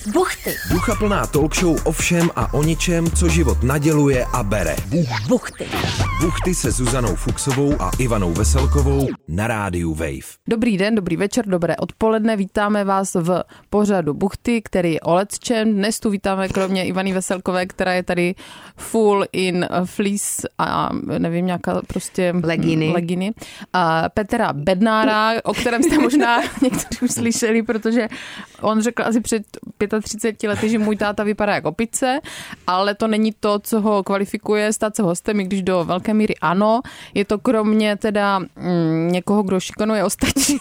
Buchty. Duchaplná talk show o všem a o ničem, co život naděluje a bere. Buchty. Buchty se Zuzanou Fuchsovou a Ivanou Veselkovou na rádiu Wave. Dobrý den, dobrý večer, dobré odpoledne. Vítáme vás v pořadu Buchty, který je o lecčem. Dnes tu vítáme kromě Ivany Veselkové, která je tady full in fleece a nevím, nějaká prostě leginy. A Petra Bednára, o kterém jste možná někteří už slyšeli, protože on řekl asi před 35 lety, že můj táta vypadá jako opice, ale to není to, co ho kvalifikuje stát se hostem, i když do velké míry ano. Je to kromě teda někoho, kdo šikanuje ostatní.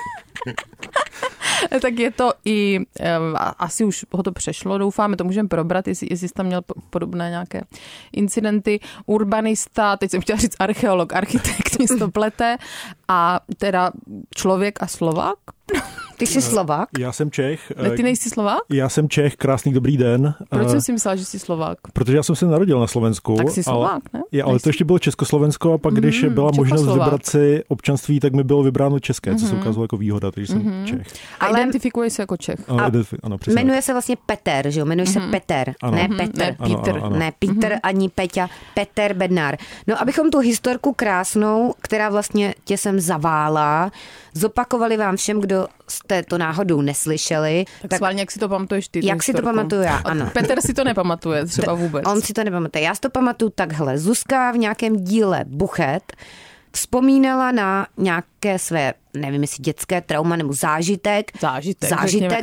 Tak je to i, asi už ho to přešlo, doufáme, to můžeme probrat, jestli jsi tam měl podobné nějaké incidenty. Urbanista, teď jsem chtěla říct archeolog, architekt, mě to plete, a teda člověk a Slovák. Ty jsi Slovák? Já jsem Čech. Ne, ty nejsi Slovák? Já jsem Čech, krásný dobrý den. Proč jsem si myslela, že jsi Slovák? Protože já jsem se narodil na Slovensku. Tak jsi Slovák, ne? Ale to ještě bylo Československo a pak, když byla možnost vybrat si občanství, tak mi bylo vybráno české, co se ukázalo jako výhoda, takže jsem Čech. Ale identifikuješ se jako Čech. Ano, přesně. Jmenuje se vlastně Peter, že jo? Jmenuje se Peter, ano. ne Petr. Ano. Ne Peter ani Peťa, Peter Bednár. No, abychom tu historku krásnou, která vlastně tě sem zavála, zopakovali vám všem, kdo jste to náhodou neslyšeli. Tak schválně, jak si to pamatuješ ty? Jak si to pamatuju já, ano. Petr si to nepamatuje třeba vůbec. On si to nepamatuje. Já si to pamatuju takhle. Zuzka v nějakém díle Buchet vzpomínala na nějaké své, nevím, jestli dětské trauma nebo zážitek, řekněme.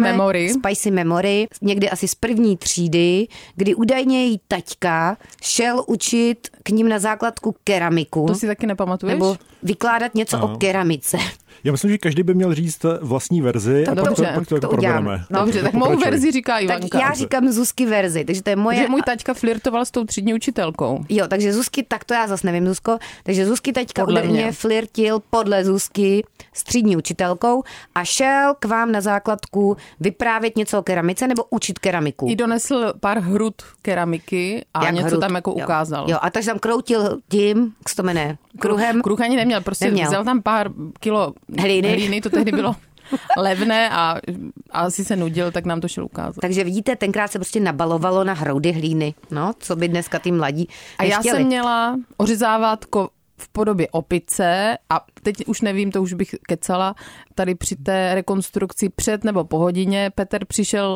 Spicy memory, někdy asi z první třídy, kdy údajně její taťka šel učit k ním na základku keramiku. To si taky nepamatuješ? Nebo vykládat něco o keramice. Já myslím, že každý by měl říct vlastní verzi a pak to probereme. Dobře, tak mou verzi říká Ivanka. Tak já říkám Zuzky verzi, takže to je moje. Že můj taťka flirtoval s tou třídní učitelkou. Jo, takže Zuzky, tak to já zase nevím, Zuzko. Takže Zuzky taťka údajně flirtil podle Zuzky s třídní učitelkou a šel k vám na základku vyprávět něco o keramice nebo učit keramiku. I donesl pár hrud keramiky a jak něco hrud tam jako ukázal. Jo, a takže tam kroutil tím, jak se to jmenuje, kruhem. Kruh ani neměl, prostě vzal tam pár kilo hlíny, to tehdy bylo levné a asi se nudil, tak nám to šel ukázat. Takže vidíte, tenkrát se prostě nabalovalo na hroudy hlíny, no, co by dneska ty mladí nechtěli. A já jsem měla ořezávátko v podobě opice a teď už nevím, to už bych kecala, tady při té rekonstrukci před nebo po hodině Petr přišel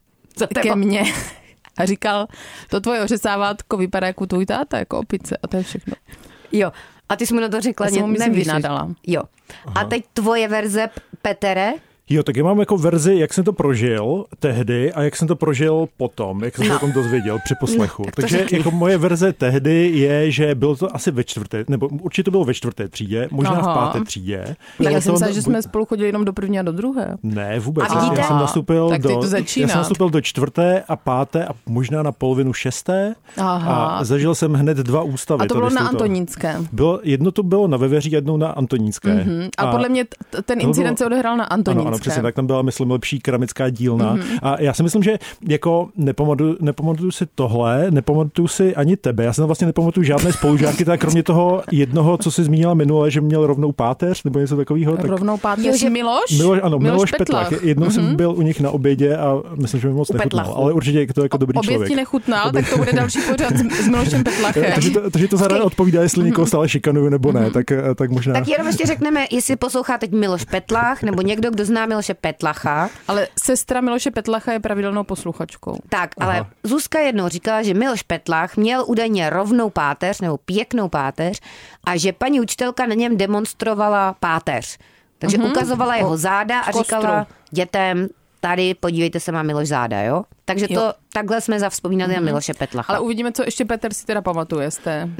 ke mně a říkal, to tvoje ořezávátko vypadá jako tvůj táta, jako opice, a to je všechno. Jo. A ty jsi mu na to řekla, vynadala. Jo. Aha. A teď tvoje verze, Petere? Jo, tak já mám jako verzi, jak jsem to prožil tehdy a jak jsem to prožil potom, jak jsem se o tom dozvěděl při poslechu. Takže jako moje verze tehdy je, že bylo to asi ve čtvrté, nebo určitě to bylo ve čtvrté třídě, možná v páté třídě. Já jsem myslela, že jsme spolu chodili jenom do první a do druhé. Ne, vůbec. A vidíte? Já jsem nastoupil do čtvrté a páté a možná na polovinu šesté. A zažil jsem hned 2 ústavy. A to bylo na Antonínské. Jedno to bylo na Veveří, jednou na Antonínské. A podle mě ten incident se odehrál na Antonínské. Přesně, tak tam byla, myslím, lepší keramická dílna. A já si myslím, že jako nepamatuju si tohle, nepamatuju si ani tebe. Já si tam vlastně nepamatuju žádné spolužáky, tak kromě toho jednoho, co jsi zmínila minule, že měl rovnou páteř, nebo něco takového. Tak... Rovnou páteř, Miloš Petlach. Jednou jsem byl u nich na obědě a myslím, že mi moc nechutnal, ale určitě je to jako dobrý člověk. Oběd ti nechutnal, tak to bude další pořad s Milošem Petlachem. Takže to zároveň odpovídá, jestli někoho stále šikanuju nebo ne, tak možná. Tak jenom ještě řekneme, jestli poslouchá teď Miloš Petlach nebo někdo, kdo zná Miloše Petlacha. Ale sestra Miloše Petlacha je pravidelnou posluchačkou. Tak, ale Zuzka jednou říkala, že Miloš Petlach měl údajně rovnou páteř nebo pěknou páteř a že paní učitelka na něm demonstrovala páteř. Takže ukazovala jeho záda a říkala dětem, tady podívejte se, má Miloš záda, jo? Takže to takhle jsme zavzpomínali na Miloše Petlacha. Ale uvidíme, co ještě Petr si teda pamatuje z té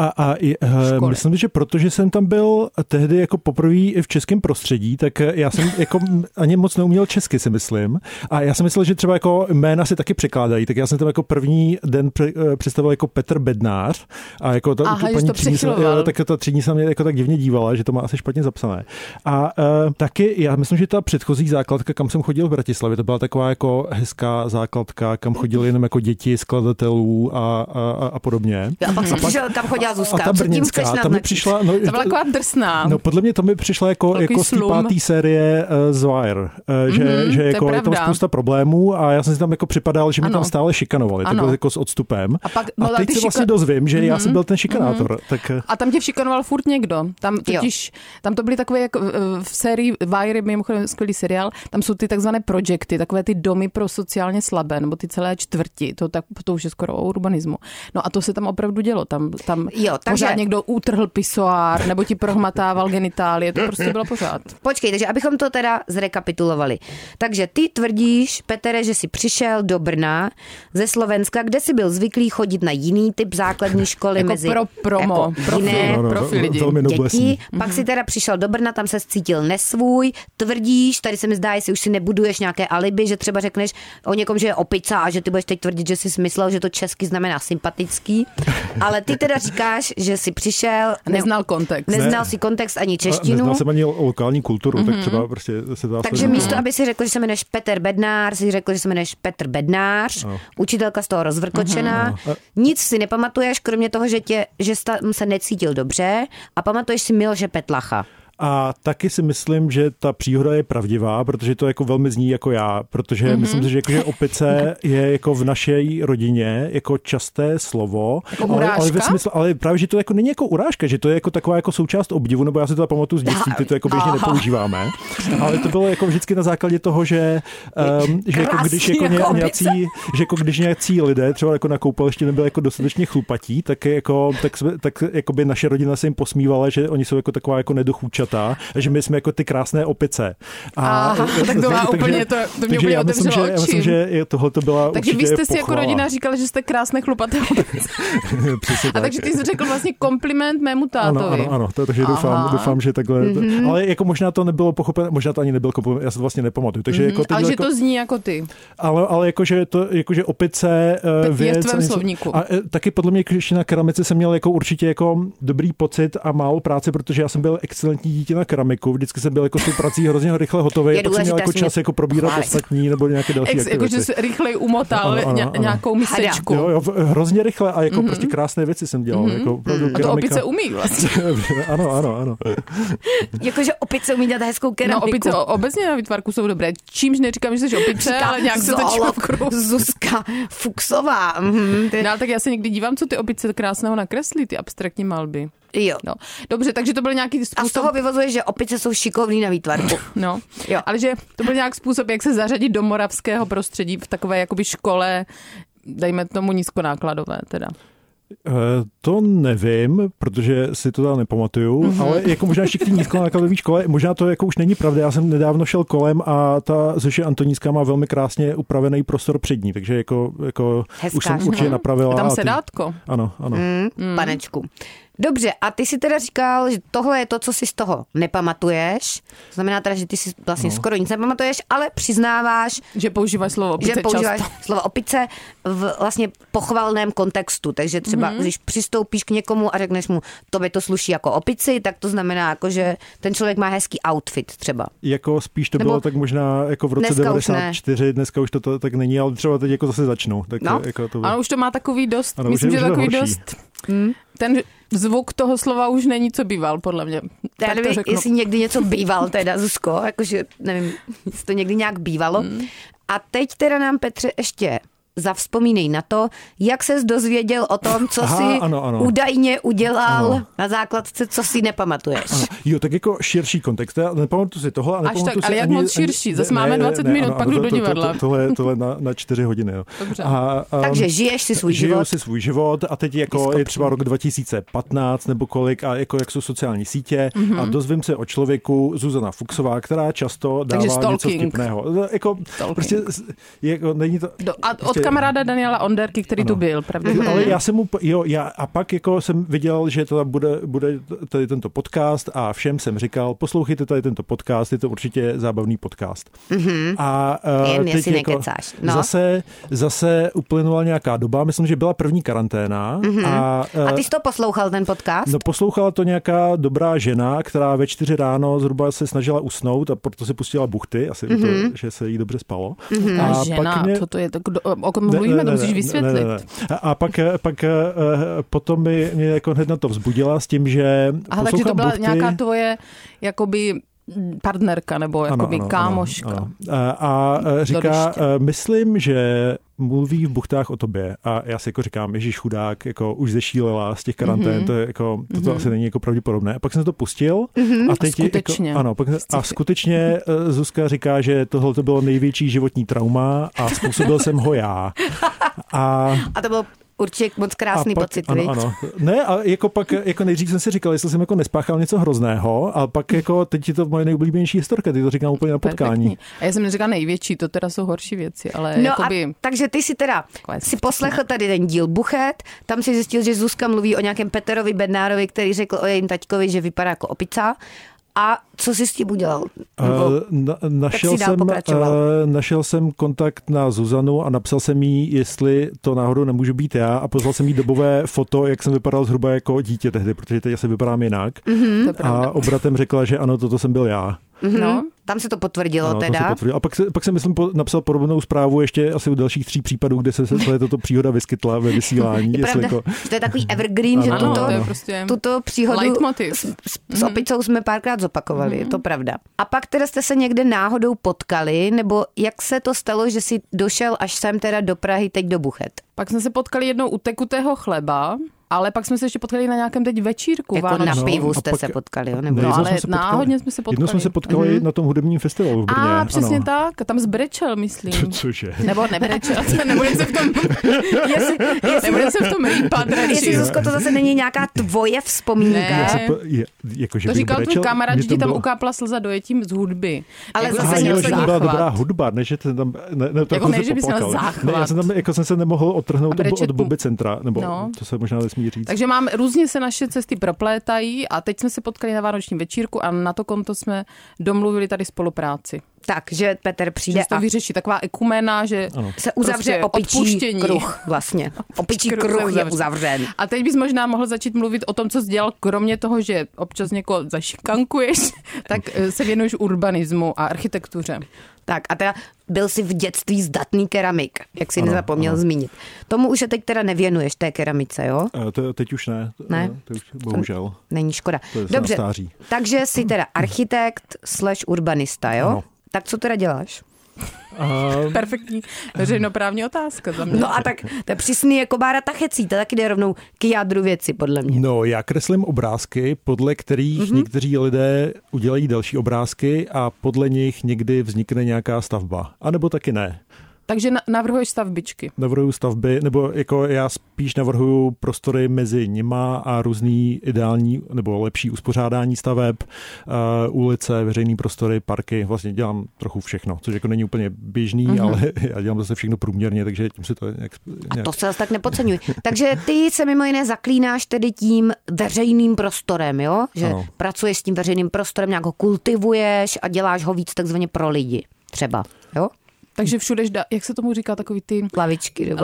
myslím, že protože jsem tam byl tehdy jako poprvé v českém prostředí, tak já jsem jako ani moc neuměl česky, si myslím. A já jsem myslel, že třeba jako jména si taky překládají, tak já jsem tam jako první den představil jako Petr Bednář a jako paní třídní, tak ta třídní se mě jako tak divně dívala, že to má asi špatně zapsané. A taky já myslím, že ta předchozí základka, kam jsem chodil v Bratislavě, to byla taková jako hezká základka základka, kam chodili jenom jako děti skladatelů a podobně. A pak jsem přišel, kam chodila Zuzka. A ta brněnská, ta mi přišla... No, ta byla taková drsná. No podle mě to mi přišla jako z té páté série z Wire, že jako je tam spousta problémů a já jsem si tam jako připadal, že mi tam stále šikanovali, takhle jako s odstupem. A teď se vlastně dozvím, že já jsem byl ten šikanátor. Tak... A tam tě šikanoval furt někdo. Tam to byly takové, jako v sérii Wire, mimochodem skvělý seriál, tam jsou ty takzvané projekty, takové ty domy pro sociálně slabé, nebo ty celé čtvrti, to už je skoro o urbanismu. No a to se tam opravdu dělo. Tam pořád někdo utrhl pisoár, nebo ti prohmatával genitálie, to prostě bylo pořád. Počkej, takže abychom to teda zrekapitulovali. Takže ty tvrdíš, Petere, že jsi přišel do Brna ze Slovenska, kde jsi byl zvyklý chodit na jiný typ základní školy jako mezi profil dětí. Pak si teda přišel do Brna, tam se cítil nesvůj, tvrdíš, tady se mi zdá, jestli už si nebuduješ nějaké alibi, že třeba řekneš o někom, že je opica a že ty budeš teď tvrdit, že jsi myslel, že to česky znamená sympatický, ale ty teda říkáš, že jsi přišel... Neznal kontext. Neznal si kontext ani češtinu. Neznal jsem ani lokální kulturu, tak třeba prostě se dá... Takže místo, aby si řekl, že se jmenuješ Petr Bednář, si řekl, že se jmenuješ Petr Bednář, učitelka z toho rozvrkočená. Nic si nepamatuješ, kromě toho, že se necítil dobře a pamatuješ si Miloše Petlacha. A taky si myslím, že ta příhoda je pravdivá, protože to jako velmi zní jako já, protože myslím si, že jakože opice je jako v naší rodině jako časté slovo, ale právě, že to jako není jako urážka, že to je jako taková jako součást obdivu, nebo já si to pamatuju z dětství, ty to jako běžně nepoužíváme, ale to bylo jako vždycky na základě toho, že jako když jako když nějací lidé třeba jako na koupališti nebyli jako dostatečně chlupatí, tak by naše rodina se jim posmívala, že oni jsou jako taková jako nedochůčatá, že my jsme jako ty krásné opice. Tak to má úplně, to mě úplně otevřelo oči. Já myslím, že tohle to byla takže určitě vy jste si pochvala. jako rodina říkali, že jste krásné chlupaté opice. A takže ty jsi řekl vlastně kompliment mému tátovi. Ano, takže doufám, že takhle. Ale jako možná to nebylo pochopené, možná to ani nebyl kompliment, já se to vlastně nepamatuju. Takže jako ale že to zní jako ty. Ale jakože opice je v tvém slovníku. A taky podle mě, když na keramice jsem měl jako určitě jako dobrý pocit a málo práce, protože já jsem byl excelentní dítě na keramiku, vždycky jsem byl jako s tou prací hrozně rychle hotový, a pak jsem měl jako čas jako probírat ostatní nebo nějaké další aktivity. Jakože jsi rychleji umotal nějakou misečku. Jo, hrozně rychle a jako prostě krásné věci jsem dělal. Jako opravdu a to opice umí vlastně. Ano. Jakože opice umí dělat hezkou keramiku. No opice obecně na výtvarku jsou dobré. Čímž neříkám, že jsi opice, ale nějak se to čokru. Zuzka Fuchsová. No, tak já se někdy dívám, co ty opice krásného nakreslí, ty abstraktní malby. Jo. No. Dobře, takže to byl nějaký způsob... A z toho vyvozuje, že opice jsou šikovný na výtvarku. No, jo. Ale že to byl nějak způsob, jak se zařadit do moravského prostředí v takové jakoby škole, dejme tomu nízkonákladové teda. To nevím, protože si to tam nepamatuju, ale jako možná ještě k té nízkonákladové škole, možná to jako už není pravda. Já jsem nedávno šel kolem a ta Zoše Antonínská má velmi krásně upravený prostor před ní, takže jako už jsem určitě napravila. Je tam sedátko. Ano. Panečku. Dobře, a ty si teda říkal, že tohle je to, co si z toho nepamatuješ. To znamená teda, že ty si vlastně skoro nic nepamatuješ, ale přiznáváš, že používáš slovo opice slovo opice v vlastně pochvalném kontextu. Takže třeba, když přistoupíš k někomu a řekneš mu, tobě to sluší jako opici, tak to znamená, jako, že ten člověk má hezký outfit třeba. Jako spíš to bylo tak možná jako v roce 94, dneska už to tak není, ale třeba teď jako zase začnou. Tak jako to... Ano, už to má takový dost, myslím, že takový dost... Ten zvuk toho slova už není, co býval, podle mě. Já nevím, jestli někdy něco býval teda, Zuzko, jakože nevím, jestli to někdy nějak bývalo. A teď teda nám, Petře, ještě zavzpomínej na to, jak ses dozvěděl o tom, co jsi údajně udělal na základce, co si nepamatuješ. Ano. Jo, tak jako širší kontext. Já nepamatuji si tohle a nepamatuji si ale jak moc širší? Zase máme 20 minut, pak jdu do divadla. Tohle na 4 hodiny. Jo. Dobře. Takže žiješ si svůj život. Žiju si svůj život a teď jako je třeba rok 2015 nebo kolik a jako jak jsou sociální sítě a dozvím se o člověku Zuzana Fuchsová, která často dává něco vtipného. Jako, prostě, jako, není to... kamaráda Daniela Onderky, který tu byl, pravda? Ale já jsem mu, a pak jako jsem viděl, že to bude tady tento podcast a všem jsem říkal, poslouchejte tady tento podcast, je to určitě zábavný podcast. A teď jako zase uplynula nějaká doba, myslím, že byla první karanténa. A ty jsi to poslouchal, ten podcast? No, poslouchala to nějaká dobrá žena, která ve 4 ráno zhruba se snažila usnout a proto si pustila buchty, asi to, že se jí dobře spalo. A žena, co to je? O kom mluvíme, to musíš vysvětlit. A pak potom mě jako hned na to vzbudila s tím, že takže to byla nějaká tvoje jakoby partnerka nebo jakoby kámoška. Ano. A říká, myslím, že mluví v buchtách o tobě. A já si jako říkám, ježiš chudák, jako už zešílela z těch karantén, to je jako, toto asi není jako pravděpodobné. A pak jsem to pustil. A teď skutečně. Jako, ano, a skutečně Zuzka říká, že tohle to bylo největší životní trauma a způsobil jsem ho já. A to bylo určitě moc krásný pocit. Ano. Ne, a jako pak, jako nejdřív jsem si říkal, jestli jsem jako nespáchal něco hrozného, a pak jako teď je to moje nejoblíbenější historka, ty to říkám úplně na potkání. Perfektní. A já jsem neříkal největší, to teda jsou horší věci, ale no jakoby... takže ty si teda si poslechl tady ten díl Buchet, tam si zjistil, že Zuzka mluví o nějakém Peterovi Bednárovi, který řekl o jejím taťkovi, že vypadá jako opica. A co jsi s tím udělal? Našel jsem kontakt na Zuzanu a napsal jsem jí, jestli to náhodou nemůžu být já, a poslal jsem jí dobové foto, jak jsem vypadal zhruba jako dítě tehdy, protože teď asi vypadám jinak. A obratem řekla, že ano, toto jsem byl já. No, tam se to potvrdilo teda. A pak jsem myslím napsal podobnou zprávu ještě asi u dalších 3 případů, kde se tato příhoda vyskytla ve vysílání. Je pravda, to je takový evergreen, že tuto příhodu s opicou jsme párkrát zopakovali, je to pravda. A pak teda jste se někde náhodou potkali, nebo jak se to stalo, že jsi došel až sem teda do Prahy, teď do Buchet? Pak jsme se potkali jednou u tekutého chleba, ale pak jsme se ještě potkali na nějakém teď večírku. Jako na pivu jste se potkali, jo? Nebo? No, ale náhodně jsme se potkali. Jednou jsme se potkali na tom hudebním festivalu v Brně. Přesně tak. Tam zbrečel, myslím. Cože? Nebo nebrečel. Nebudem se v tom... Nebudem se v tom rýpat. Jestli, Zuzko, to zase není nějaká tvoje vzpomínka. To říkal tvůj kamarád, že ti tam ukápla slza dojetím z hudby. Ale zase měl záchvat. Byla dobrá hudba, než že tam... Ne, že bys měl záchvat. Já jsem tam, jako jsem se nemohl odtrhnout od Bobby Centra, nebo to se možná nesmí říct. Takže různě se naše cesty proplétají a teď jsme se potkali na vánočním večírku a na to konto jsme domluvili tady spolupráci. Takže Petr přijde a vyřeší taková ekumena, že se uzavře opičí kruh vlastně. Opičí kruh je uzavřen. A teď bys možná mohl začít mluvit o tom, co jsi dělal, kromě toho, že občas někoho zašikankuješ, tak se věnuješ urbanismu a architektuře. Tak a teda byl jsi v dětství zdatný keramik, jak jsi nezapomněl zmínit. Tomu už se teď teda nevěnuješ, té keramice, jo? Teď už ne. To už bohužel. Není škoda. Dobře, takže jsi teda architekt / urbanista, jo? Ano. Tak co teda děláš? Perfektní veřejnoprávní otázka za mě. No a tak to je přesný jako Bára Tachecí, to taky jde rovnou k jádru věci, podle mě. No, já kreslím obrázky, podle kterých někteří lidé udělají další obrázky a podle nich někdy vznikne nějaká stavba. A nebo taky ne. Takže navrhuješ stavbičky. Navrhuju stavby, nebo jako já spíš navrhuju prostory mezi nima a různý ideální nebo lepší uspořádání staveb, ulice, veřejný prostory, parky. Vlastně dělám trochu všechno, což jako není úplně běžný, ale já dělám zase všechno průměrně, takže tím si to nějak... A to se zase tak nepodceňuj. Takže ty se mimo jiné zaklínáš tedy tím veřejným prostorem, jo? Že pracuješ s tím veřejným prostorem, nějak ho kultivuješ a děláš ho víc takzvaně pro lidi. Třeba, jo? Takže všude, jak se tomu říká, takový ty... Lavičky. Nebo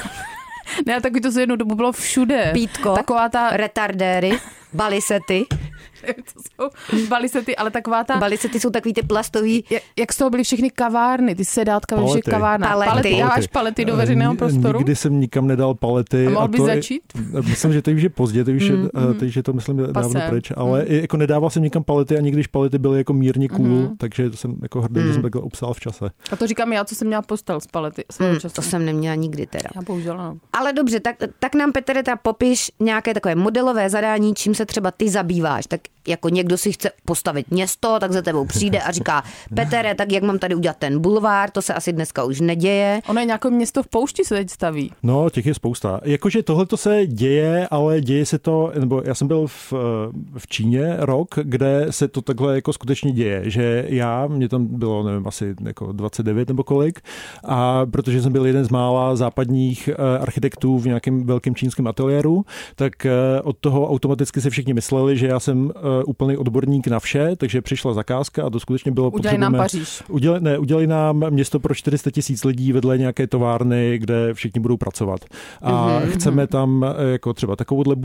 ne, takový to za jednou dobu bylo všude. Pítko, taková ta... retardéry, balisety. To jsou balisety, ale taková ta... Balisety jsou takový ty plastový... Jak z toho byly všechny kavárny, ty sedátka ve všech kavárnách. Palety. Dáváš palety do veřejného prostoru? Nikdy jsem nikam nedal palety. A mohl bys začít? Myslím, že teď už je pozdě, teď je to myslím dávno pryč, ale jako nedával jsem nikam palety a nikdy, když palety byly jako mírně cool, takže to jsem jako hrdý, že jsem takhle obsál v čase. A to říkám já, co jsem měla postel z palety. To jsem neměla nikdy teda. Já bohužel no. Ale dobře, tak nám Petere popiš nějaké takové modelové zadání, čím se třeba ty zabýváš. Tak jako někdo si chce postavit město, tak za tebou přijde a říká, Petere, tak jak mám tady udělat ten bulvár, to se asi dneska už neděje. Ono je nějaké město v poušti se teď staví. No, těch je spousta. Jakože tohle to se děje, ale děje se to, nebo já jsem byl v Číně rok, kde se to takhle jako skutečně děje, že mě tam bylo, nevím, asi jako 29 nebo kolik, a protože jsem byl jeden z mála západních architektů v nějakém velkém čínském ateliéru, tak od toho automaticky se všichni mysleli, že já jsem úplný odborník na vše, takže přišla zakázka a to skutečně bylo Udělej nám Paříž. Udělej nám město pro 400 000 lidí vedle nějaké továrny, kde všichni budou pracovat. A chceme tam jako třeba takovouhle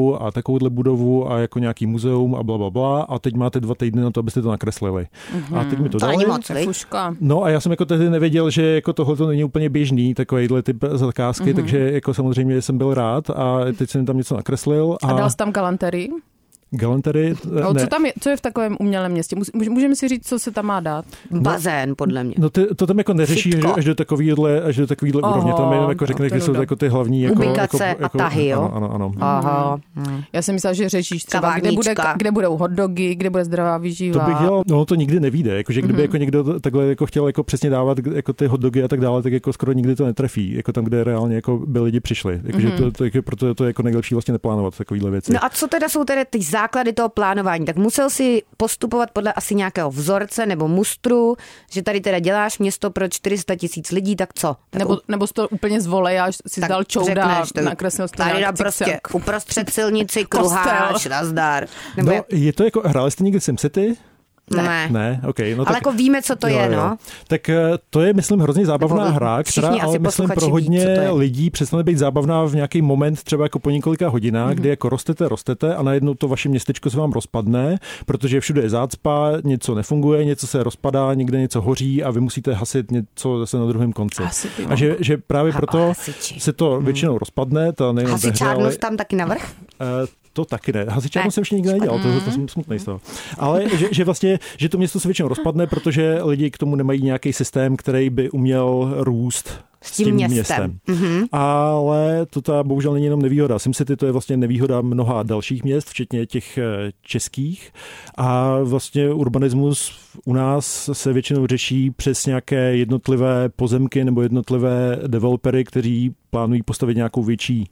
budovu a jako nějaký muzeum a blablabla a teď máte 2 týdny na to, abyste to nakreslili. A teď mi to dali. No a já jsem jako tehdy nevěděl, že jako tohle to není úplně běžný, takovýhle typ zakázky, takže jako samozřejmě jsem byl rád a teď jsem tam něco nakreslil. A dal jsi tam galanterii? Galantery? No, co je v takovém umělém městě? Můžeme si říct, co se tam má dát? Bazén, podle mě. No to tam jako neřeší až do takovýhle úrovně. Tam jenom jako řekne, že jsou jako ty hlavní jako ubikace a tahy, jo? Ano. Aha. Já jsem myslela, že řešíš třeba, kde budou hotdogy, kde bude zdravá výživa. To bych dělal, no to nikdy nevíde. Jakože kdyby jako někdo takhle jako chtěl jako přesně dávat jako ty hotdogy a tak dále, tak jako skoro nikdy to netrefí. Jako tam, kde reálně jako by lidi přišli. Jakože proto to je jako nejlepší vlastně neplánovat takovýhle věci. No a co teda jsou ty základy toho plánování? Tak musel si postupovat podle asi nějakého vzorce nebo mustru, že tady teda děláš město pro 400 000 lidí, tak co? Nebo jsi to úplně zvolej a si dal čouda, nakreslil jsi to tady prostě uprostřed silnici kruháč, nazdar. No, je to jako, hráli jste někdy SimCity? Ne, okay, no ale tak, jako víme, co to je, no. Tak to je, myslím, hrozně zábavná hra, která ale myslím pro hodně lidí přestane být zábavná v nějaký moment, třeba jako po několika hodinách, kdy jako rostete a najednou to vaše městečko se vám rozpadne, protože všude je zácpa, něco nefunguje, něco se rozpadá, někde něco hoří a vy musíte hasit něco zase na druhém konci. A že právě proto se to většinou rozpadne. Hasičárnost tam taky navrch? To taky ne. Hasičárnu jsem ještě nikdy nedělal, to jsem smutný z toho. Ale že vlastně, že to město se většinou rozpadne, protože lidi k tomu nemají nějaký systém, který by uměl růst s tím městem. Ale to bohužel není jenom nevýhoda. SimCity to je vlastně nevýhoda mnoha dalších měst, včetně těch českých. A vlastně urbanismus u nás se většinou řeší přes nějaké jednotlivé pozemky nebo jednotlivé developery, kteří plánují postavit nějakou větší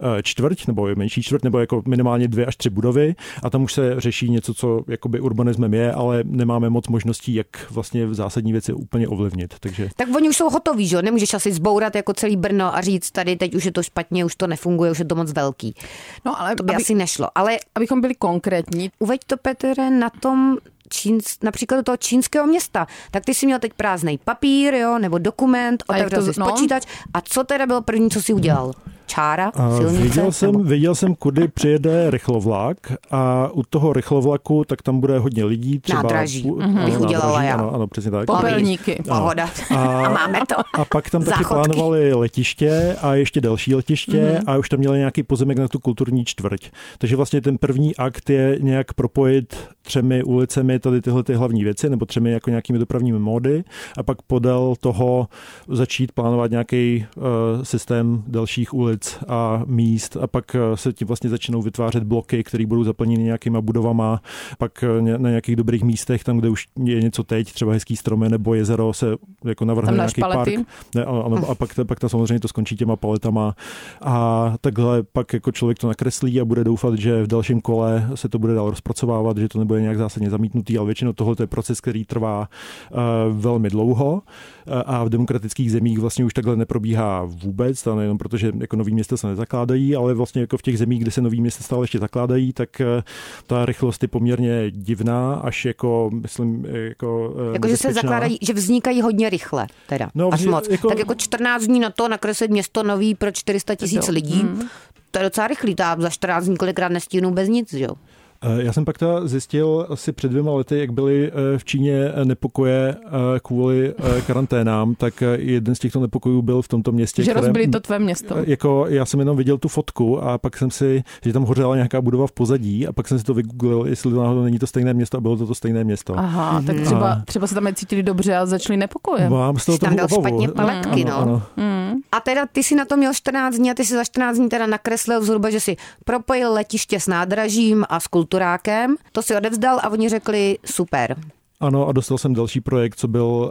čtvrť nebo menší čtvrť nebo jako minimálně 2 až 3 budovy a tam už se řeší něco, co jakoby urbanismem je, ale nemáme moc možností, jak vlastně zásadní věci úplně ovlivnit. Takže... Tak oni už jsou hotoví, že? Nemůžeš asi zbourat jako celý Brno a říct tady teď už je to špatně, už to nefunguje, už je to moc velký. No ale to by asi nešlo. Ale abychom byli konkrétní. Uveď to, Petere, na tom například do toho čínského města. Tak ty jsi měl teď prázdnej papír, jo, nebo dokument, otevřel jsi počítač. A co teda bylo první, co jsi udělal? Čára, silnice? Viděl jsem, kudy přijede rychlovlak a u toho rychlovlaku tak tam bude hodně lidí. Třeba nádraží. Bych udělala já. Ano, přesně tak. Popelníky. Pohoda. A máme to. A pak tam taky plánovali letiště a ještě další letiště a už tam měli nějaký pozemek na tu kulturní čtvrť. Takže vlastně ten první akt je nějak propojit 3 ulicemi tady tyhle ty hlavní věci nebo 3 jako nějakými dopravními módy a pak podél toho začít plánovat nějaký systém dalších ulic a míst a pak se ti vlastně začnou vytvářet bloky, které budou zaplněny nějakýma budovama, pak na nějakých dobrých místech, tam, kde už je něco teď, třeba hezký stromy nebo jezero, se jako navrhne nějaký park. A pak tam samozřejmě to skončí těma paletama a takhle pak jako člověk to nakreslí a bude doufat, že v dalším kole se to bude dál rozpracovávat, že to nebude nějak zásadně zamítnutý, ale většinou tohle je proces, který trvá velmi dlouho a v demokratických zemích vlastně už takhle neprobíhá vůbec, to nejenom protože jako nový města se nezakládají, ale vlastně jako v těch zemích, kde se nový města stále ještě zakládají, tak ta rychlost je poměrně divná, až jako, myslím, jako že se zakládají, že vznikají hodně rychle, teda, až moc. Jako, tak jako 14 dní na to nakreslit město nový pro 400 000 lidí, to je docela rychlý, za 14 dní kolikrát nestíhnu bez nic, jo. Já jsem pak zjistil asi před 2 lety, jak byly v Číně nepokoje kvůli karanténám, tak jeden z těchto nepokojů byl v tomto městě. Že rozbili to tvé město. Jako já jsem jenom viděl tu fotku a pak jsem si, že tam hořela nějaká budova v pozadí a pak jsem si to vygooglil, jestli náhodou není to stejné město a bylo to stejné město. Aha, tak třeba se tam necítili dobře a začali nepokoje. Mám z toho tam dal špatně paletky, ano. A teda ty si na to měl 14 dní a ty si za 14 dní teda nakreslil zhruba, že si propojil letiště s nádražím a s kulturákem. To si odevzdal a oni řekli super. Ano, a dostal jsem další projekt, co byl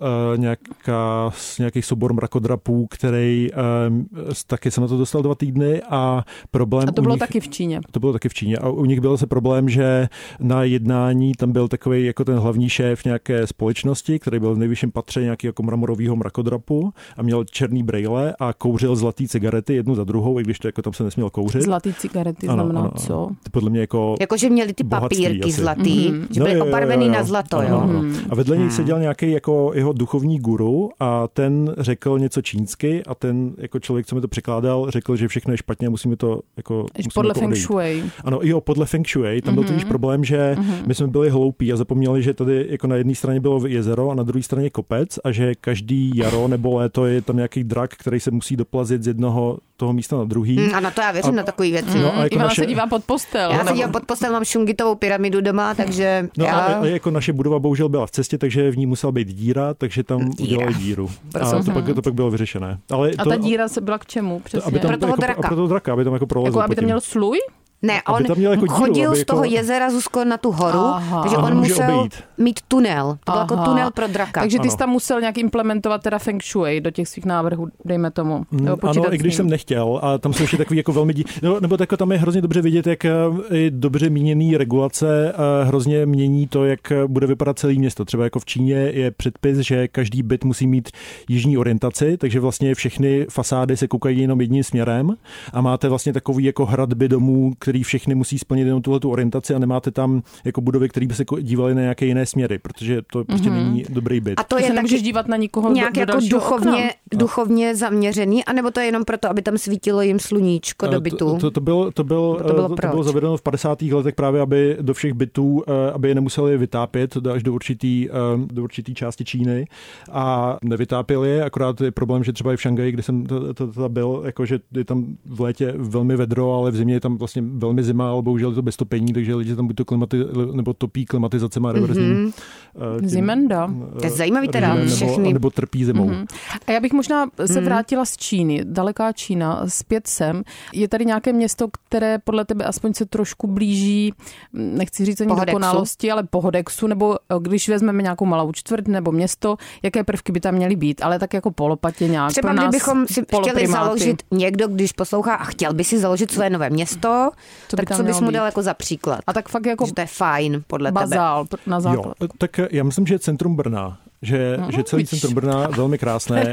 nějaký soubor mrakodrapů, který taky jsem na to dostal 2 týdny a problém. A to bylo taky v Číně. To bylo taky v Číně a u nich byl se problém, že na jednání tam byl takový jako ten hlavní šéf nějaké společnosti, který byl v nejvyšším patře nějaký jako mramorového mrakodrapu a měl černý brejle a kouřil zlatý cigarety jednu za druhou, i když to jako tam se nesměl kouřit. Zlatý cigarety znamená co? Podle mě jako že měli ty papírky zlatý, že byly obarvený na zlato, jo. A vedle něj seděl nějaký jako jeho duchovní guru a ten řekl něco čínsky a ten jako člověk, co mi to překládal, řekl, že všechno je špatně a musíme to jako podle Feng Shui. Ano, jo, podle Feng Shui. Tam byl totiž problém, že my jsme byli hloupí a zapomněli, že tady jako na jedné straně bylo jezero a na druhé straně kopec a že každý jaro nebo léto je tam nějaký drak, který se musí doplazit z jednoho toho místa na druhý. A na to já věřím, na takový věci. No, jako Ivana se dívá pod postel. Já se dívám pod postel, mám šungitovou pyramidu doma, takže a jako naše budova bohužel byla v cestě, takže v ní musela být díra, takže tam udělali díru. A to pak bylo vyřešené. Ale ta díra se byla k čemu? Přesně? Pro toho draka. Pro toho draka, aby tam jako prolezl. Aby tam měl sluj? Ne, on jako chodil z toho jezera, Zuzko, na tu horu, takže on musel mít tunel. To byl jako tunel pro draka. Takže ty jsi tam musel nějak implementovat teda Feng Shui do těch svých návrhů, dejme tomu. Ano, i když jsem nechtěl. A tam jsou ještě takový jako velmi nebo tak tam je hrozně dobře vidět, jak dobře míněný regulace hrozně mění to, jak bude vypadat celé město. Třeba jako v Číně je předpis, že každý byt musí mít jižní orientaci, takže vlastně všechny fasády se koukají jenom jedním směrem a máte vlastně takový jako hradby domů, který všechny musí splnit jenom tuhletu orientaci a nemáte tam jako budovy, které by se dívaly na nějaké jiné směry, protože to prostě není dobrý byt. A to je nemůžeš dívat na nikoho nějak jako duchovně zaměřený, anebo to je jenom proto, aby tam svítilo jim sluníčko do bytu? To bylo zavedeno v 50. letech právě, aby do všech bytů, aby je nemuseli vytápět až do určitý části Číny a nevytápěli je, akorát je problém, že třeba i v Šanghaji, kde jsem to byl, jakože je tam v létě velmi vedro, ale v zimě je tam vlastně velmi zima, ale bohužel je to bez topení, takže lidi tam buď to nebo topí klimatizacema reverzní. Zimenda. To je zajímavý teda všechny. Nebo trpí zimou. A já bych možná se vrátila z Číny, daleká Čína, zpět sem. Je tady nějaké město, které podle tebe aspoň se trošku blíží, nechci říct ani dokonalosti, ale Pohodexu, nebo když vezmeme nějakou malou čtvrt nebo město, jaké prvky by tam měly být, ale tak jako polopatě nějak. Třeba kdybychom si chtěli založit někdo, když poslouchá a chtěl by si založit své nové město, tak co bys mu dal jako za příklad? A tak fakt jako že to je fajn podle bazál tebe. Na základ. Jo, tak já myslím, že centrum Brna. Že celý centrum Brna velmi krásné.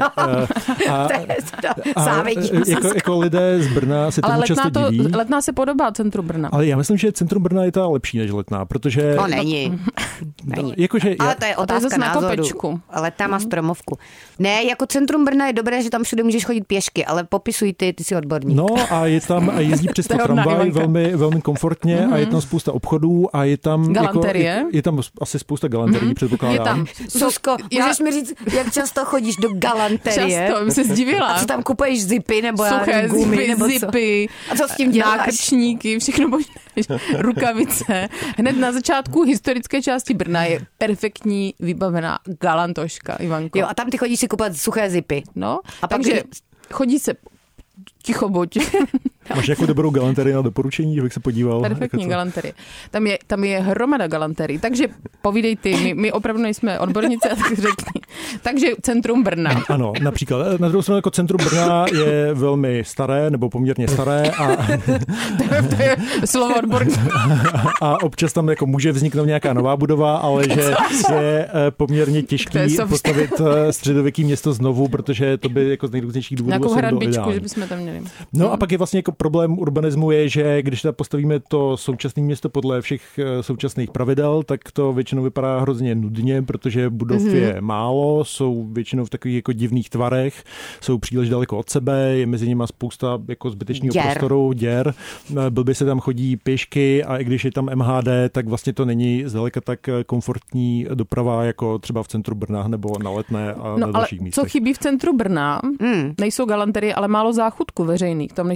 Jako lidé z Brna se tomu často diví. Letná se podobá centru Brna. Ale já myslím, že centrum Brna je ta lepší než Letná, protože... No není. Ale to je otázka názoru. Letná má stromovku. Ne, jako centrum Brna je dobré, že tam všude můžeš chodit pěšky, ale popisuj ty jsi odborník. No a je tam a jezdí přes to tramvaj velmi komfortně a je tam spousta obchodů a je tam... Galanterie? Je tam asi spousta galanterií, předpokládám. Zuzko, můžeš mi říct, jak často chodíš do galanterie? Často, jsem se zdivila. A co tam kupuješ, zipy nebo suché gumy, nebo zipy, a co s tím děláš? Nákrčníky, všechno možné, rukavice. Hned na začátku historické části Brna je perfektní vybavená galantoška, Ivanko. Jo, a tam ty chodíš si kupovat suché zipy. No, a takže chodí se ticho buď. Máš nějakou dobrou galanterii na doporučení, že bych se podíval? Perfektní galanterie. Tam je hromada galanterií, takže povídej ty, my opravdu nejsme odborníci, tak řekni. Takže centrum Brna. Ano, například. Na druhou stranu jako centrum Brna je velmi staré, nebo poměrně staré. To je slovo odborník. A občas tam jako může vzniknout nějaká nová budova, ale že je poměrně těžký postavit středověký město znovu, protože to by jako z nejrůznějších důvodů nějakou hradbičku, že bychom tam měli. No a pak je vlastně jako problém urbanismu je, že když teda postavíme to současné město podle všech současných pravidel, tak to většinou vypadá hrozně nudně, protože budov je málo, jsou většinou v takových jako divných tvarech, jsou příliš daleko od sebe, je mezi nimi spousta jako zbytečného prostoru, děr. Blbě se tam chodí pěšky a i když je tam MHD, tak vlastně to není zdaleka tak komfortní doprava jako třeba v centru Brna nebo na Letné a na dalších místech. Co chybí v centru Brna? Nejsou galanterie, ale málo záchutku veřejných. Tam nejsou téměř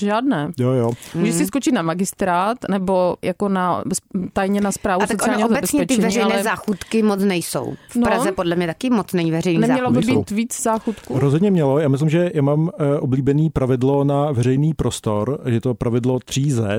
žádné. Jo. Můžeš si skočit na magistrát nebo jako tajně na správu sociálního zabezpečení. Obecně ty veřejné záchutky moc nejsou. V Praze podle mě taky moc není veřejný záchutky. Nemělo by být víc záchutků? Rozhodně mělo. Já myslím, že já mám oblíbený pravidlo na veřejný prostor. Je to pravidlo 3Z.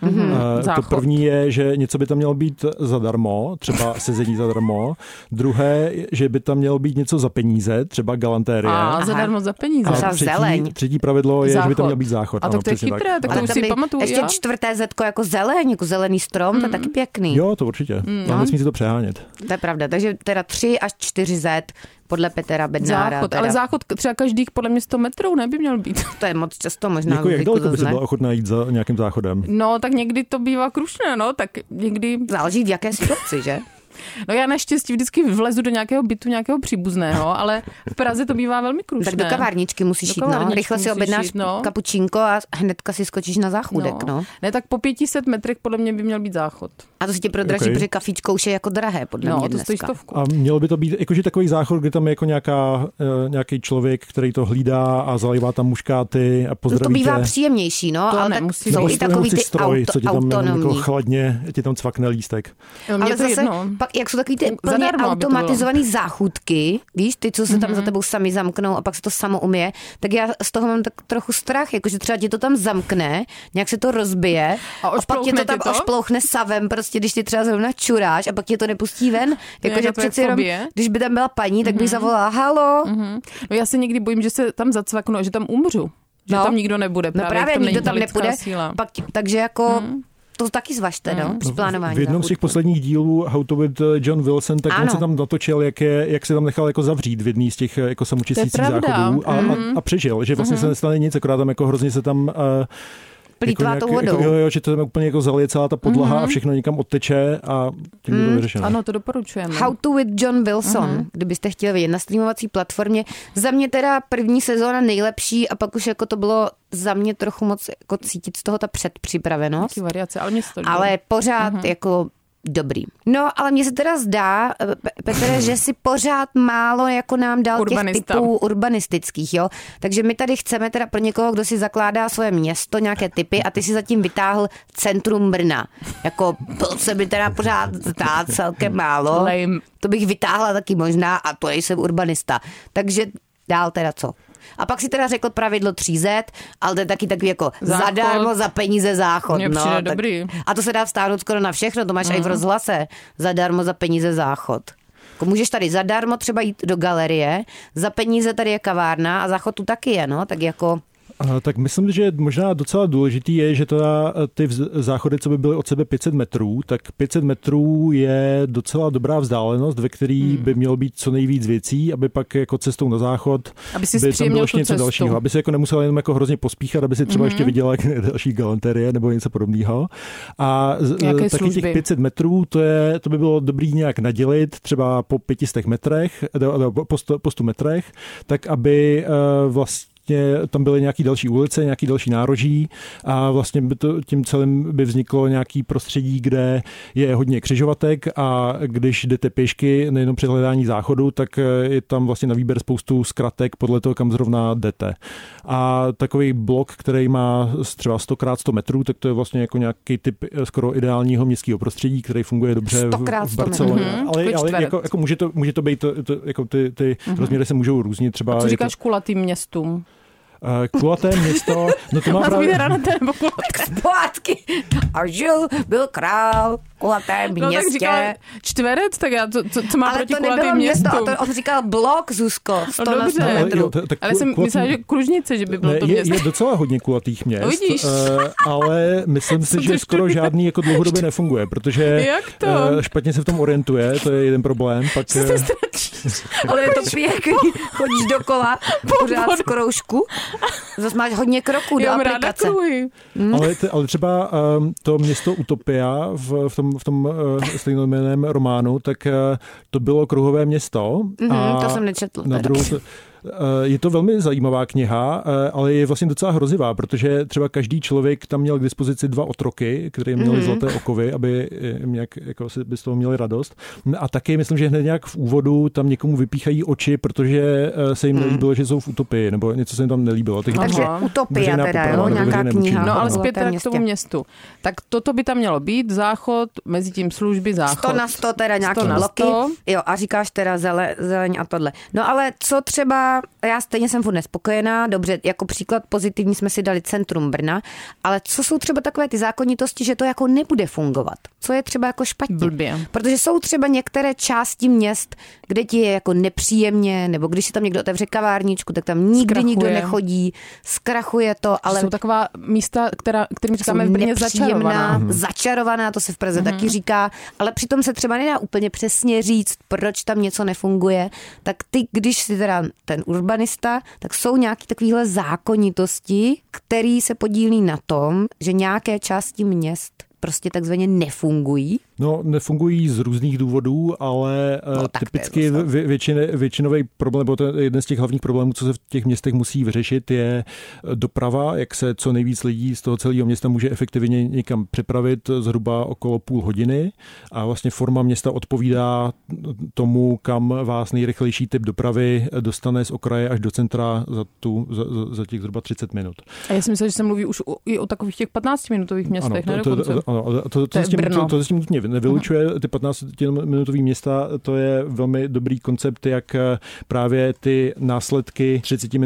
To první je, že něco by tam mělo být zadarmo, třeba sezení zadarmo. Druhé, že by tam mělo být něco za peníze, třeba galantérie. Zadarmo za peníze. A třetí pravidlo je, že by tam měl být záchod. A to je chytré, tak to už si pamatuju. Ještě čtvrté zetko jako zeleň, jako zelený strom, to je taky pěkný. Jo, to určitě. Nesmí si to přehánět. To je pravda, takže teda 3 až 4Z podle Petra Bednára. Záchod, ale záchod třeba každých podle mě 100 metrů by měl být. To je moc často možná. Jako jak daleko by si byla ochotná jít za nějakým záchodem? No, tak někdy to bývá krušné, tak někdy... Záleží v jaké situaci, že? No já naštěstí vždycky vlezu do nějakého bytu, nějakého příbuzného, ale v Praze to bývá velmi krušné. Tak do kavárničky musíš jít, rychle si objednáš kapučínko a hnedka si skočíš na záchodek, Ne, tak po 500 metrech podle mě by měl být záchod. A to si tě prodraží, protože kafíčko už je jako drahé, podle mě to stojí 100. A mělo by to být jakože takový záchod, kde tam je jako nějaký člověk, který to hlídá a zalívá tam muškáty a pozdraví. To bývá příjemnější, ale tak jsou i takový ty stroj, co ti tam jako chladně, ti tam cvakne lístek. Ale zase pak, jak jsou takový ty plně automatizovaný záchutky, víš, ty, co se tam za tebou sami zamknou a pak se to samo umije, tak já z toho mám tak trochu strach, jakože třeba ti to tam zamkne, nějak se to rozbije a pak tě to tam ošplouchne savem, prostě když ty třeba zrovna čuráš a pak tě to nepustí ven, jakože přeci jenom, když by tam byla paní, tak bych zavolala halo. No já se někdy bojím, že se tam zacvaknu a že tam umřu. Že tam nikdo nebude. Právě nikdo tam nepůjde. Takže jako to taky zvažte, při plánování. V jednom z těch posledních dílů How to with John Wilson, tak on se tam natočil, jak se tam nechal jako zavřít v jedný z těch jako samočistících záchodů a přežil, že vlastně se nestane nic, akorát tam jako hrozně se tam plýtvá tou vodou. Jo, že to tam úplně jako zalije celá ta podlaha a všechno někam odteče a tím je to vyřešeno. Ano, to doporučujeme. How to with John Wilson, kdybyste chtěli vidět na streamovací platformě. Za mě teda první sezóna nejlepší a pak už jako to bylo za mě trochu moc jako cítit z toho ta předpřipravenost. Taky variace, ale mě se to líbí. Ale pořád jako dobrý. No, ale mně se teda zdá, Petře, že si pořád málo jako nám dal těch typů urbanistických, jo. Takže my tady chceme teda pro někoho, kdo si zakládá svoje město, nějaké typy a ty si zatím vytáhl centrum Brna. Jako se by teda pořád zdá celkem málo. To bych vytáhla taky možná a to jsem urbanista. Takže dál teda co? A pak si teda řekl pravidlo 3Z, ale to je taky takový jako zadarmo za peníze záchod. Mně přijde dobrý. A to se dá vztáhnout skoro na všechno, to máš i v rozhlase. Zadarmo za peníze záchod. Jako můžeš tady zadarmo třeba jít do galerie, za peníze tady je kavárna a záchod tu taky je, tak jako... Tak myslím, že možná docela důležitý je, že teda ty záchody, co by byly od sebe 500 metrů, tak 500 metrů je docela dobrá vzdálenost, ve který by mělo být co nejvíc věcí, aby pak jako cestou na záchod by tam bylo ještě něco dalšího. Aby se jako nemusela jenom jako hrozně pospíchat, aby si třeba ještě viděla další galanterie nebo něco podobného. A taky těch 500 metrů, to by bylo dobrý nějak nadělit třeba po 500 metrech, po 100 metrech, tak aby vlastně tam byly nějaký další ulice, nějaký další nároží a vlastně by to tím celým by vzniklo nějaký prostředí, kde je hodně křižovatek a když jdete pěšky, nejenom při hledání záchodu, tak je tam vlastně na výběr spoustu zkratek podle toho, kam zrovna jdete. A takový blok, který má třeba 100x100 metrů, tak to je vlastně jako nějaký typ skoro ideálního městského prostředí, který funguje dobře v Barceloně. Ale jako může to být, jako ty rozměry se můžou různit. Třeba a co říkáš kulatým městům? Kulaté město, no to má právě... Zpátky. A byl král v kulatém městě. No tak říkal čtverec, tak já co má proti kulatým městu? Ale on říkal blok, Zuzko, 100 na 100 metrů. Ale jsem myslela, že Kružnice, že by bylo to město. Je docela hodně kulatých měst, ale myslím si, že skoro žádný jako dlouhodobě nefunguje, protože špatně se v tom orientuje, to je jeden problém. Pak... Ale je to pěkný, chodíš dokola, pořád z kroužku. Zase máš hodně kroků do aplikace. Ale třeba to město Utopia v tom stejnojmenném románu, tak to bylo kruhové město. To jsem nečetl. Je to velmi zajímavá kniha, ale je vlastně docela hrozivá, protože třeba každý člověk tam měl k dispozici 2 otroky, které měli zlaté okovy, aby nějak jako si by z toho měli radost. A taky myslím, že hned nějak v úvodu tam někomu vypíchají oči, protože se jim nelíbilo, že jsou v utopii, nebo něco se jim tam nelíbilo. Takže utopia teda, jo, nějaká kniha. No ale zpět k tomu městu. Tak toto by tam mělo být, záchod, mezi tím služby, záchod. 100 na 100 teda nějaký bloky. Jo, a říkáš teda zeleň a tohle. No ale co třeba, já stejně jsem furt nespokojená, dobře, jako příklad pozitivní jsme si dali centrum Brna, ale co jsou třeba takové ty zákonitosti, že to jako nebude fungovat? Co je třeba jako špatně? Blbě. Protože jsou třeba některé části měst, kde ti je jako nepříjemně, nebo když si tam někdo otevře kavárničku, tak tam nikdy nikdo nechodí, zkrachuje to, ale jsou taková místa, kterým říkáme v Brně začarovaná, to se v Praze taky říká, ale přitom se třeba nedá úplně přesně říct, proč tam něco nefunguje. Tak ty, když si teda ten urbanista, tak jsou nějaké takovéhle zákonitosti, které se podílí na tom, že nějaké části měst prostě takzvaně nefungují. No, nefungují z různých důvodů, ale typicky většinový problém, nebo to je jeden z těch hlavních problémů, co se v těch městech musí vyřešit, je doprava, jak se co nejvíc lidí z toho celého města může efektivně někam přepravit zhruba okolo půl hodiny a vlastně forma města odpovídá tomu, kam vás nejrychlejší typ dopravy dostane z okraje až do centra za těch zhruba 30 minut. A já si myslím, že se mluví už i o takových těch 15-minutových městech, ne dokonce? Ano, to s tím nutně nevylučuje. Ty 15-minutové města, to je velmi dobrý koncept, jak právě ty následky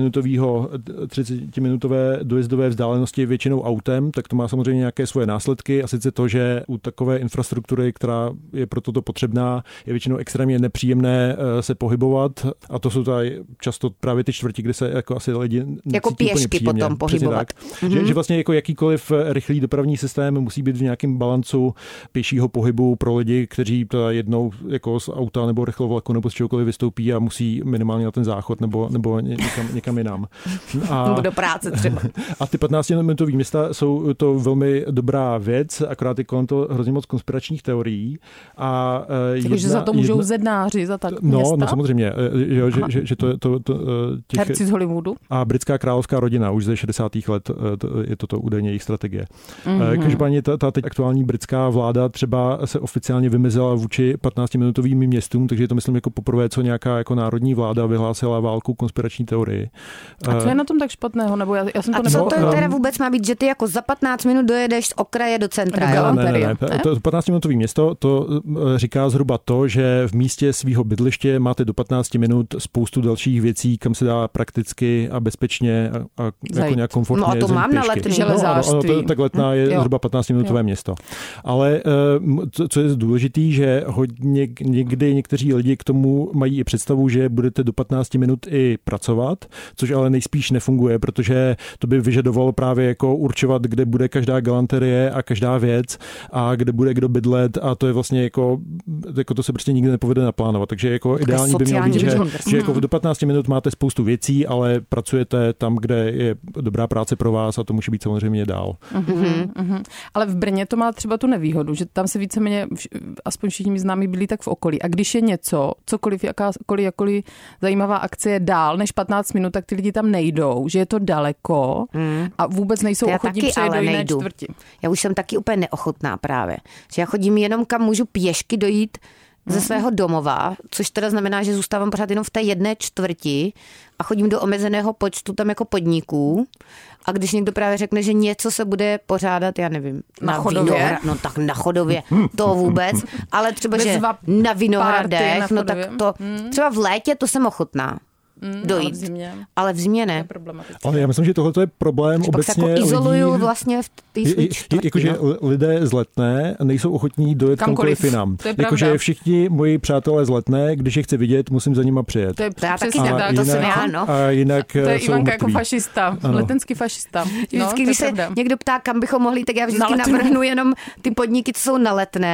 30-minutové dojezdové vzdálenosti většinou autem, tak to má samozřejmě nějaké svoje následky a sice to, že u takové infrastruktury, která je pro toto potřebná, je většinou extrémně nepříjemné se pohybovat a to jsou tady často právě ty čtvrti, kde se jako asi lidi jako pěšky potom pohybovat. Že vlastně jako jakýkoliv rychlý dopravní systém musí být v nějakém balancu pěšího pohybu pro lidi, kteří to jednou jako z auta nebo rychlovlaku nebo z čehokoliv vystoupí a musí minimálně na ten záchod nebo někam jinam. Nebo do práce třeba. A ty 15-minutové města jsou to velmi dobrá věc, akorát je kolem toho hrozně moc konspiračních teorií. Takže za to můžou zednáři za tak města? No samozřejmě. Jo, že herci z Hollywoodu? A britská královská rodina už ze 60. let je toto údajně jejich strategie. Každopádně ta teď aktuální britská vláda třeba se oficiálně vymezila vůči 15-minutovým městům, takže je to myslím jako poprvé, co nějaká jako národní vláda vyhlásila válku konspirační teorii. A co je na tom tak špatného? Nebo já jsem to a co to teda vůbec má být, že ty jako za 15 minut dojedeš z okraje do centra? Ne. To 15-minutové město to říká zhruba to, že v místě svého bydliště máte do 15 minut spoustu dalších věcí, kam se dá prakticky a bezpečně a jako nějak komfortně. No a to mám na Letný železářství. Tak Letná je zhruba 15-minutové město. Ale co je důležitý, že hodně někdy někteří lidi k tomu mají i představu, že budete do 15 minut i pracovat, což ale nejspíš nefunguje, protože to by vyžadovalo právě jako určovat, kde bude každá galanterie a každá věc a kde bude kdo bydlet a to je vlastně jako to se prostě nikdy nepovede naplánovat. Takže jako ideální by mělo být, že jako do 15 minut máte spoustu věcí, ale pracujete tam, kde je dobrá práce pro vás a to může být samozřejmě dál. Ale v Brně to má třeba tu nevýhodu, že tam se víceméně, aspoň všichni známí byli tak v okolí. A když je něco, cokoliv, jakkoliv zajímavá akce je dál než 15 minut, tak ty lidi tam nejdou, že je to daleko a vůbec nejsou ochotní přejít do jiné čtvrti. Já už jsem taky úplně neochotná právě. Že já chodím jenom kam můžu pěšky dojít ze svého domova, což teda znamená, že zůstávám pořád jenom v té jedné čtvrti a chodím do omezeného počtu tam jako podniků. A když někdo právě řekne, že něco se bude pořádat, já nevím, na Chodově, no tak na Chodově, to vůbec, ale třeba, že na Vinohradech, no tak to, třeba v létě to jsem ochotná dojít. Ale v zimě ne. Ale já myslím, že tohle je problém obecně lidí. Izoluju vlastně v té své čtvrti. Jakože lidé z Letné nejsou ochotní dojet kamkoliv jinam. Jakože všichni moji přátelé z Letné, když je chci vidět, musím za nima přijet. To je taky tak, to jsem já, no. A jinak to je jsou Ivanka mrtví. jako fašista, letenský fašista. Vždycky, když se někdo ptá, kam bychom mohli, tak já vždycky navrhnu jenom ty podniky, co jsou na Letné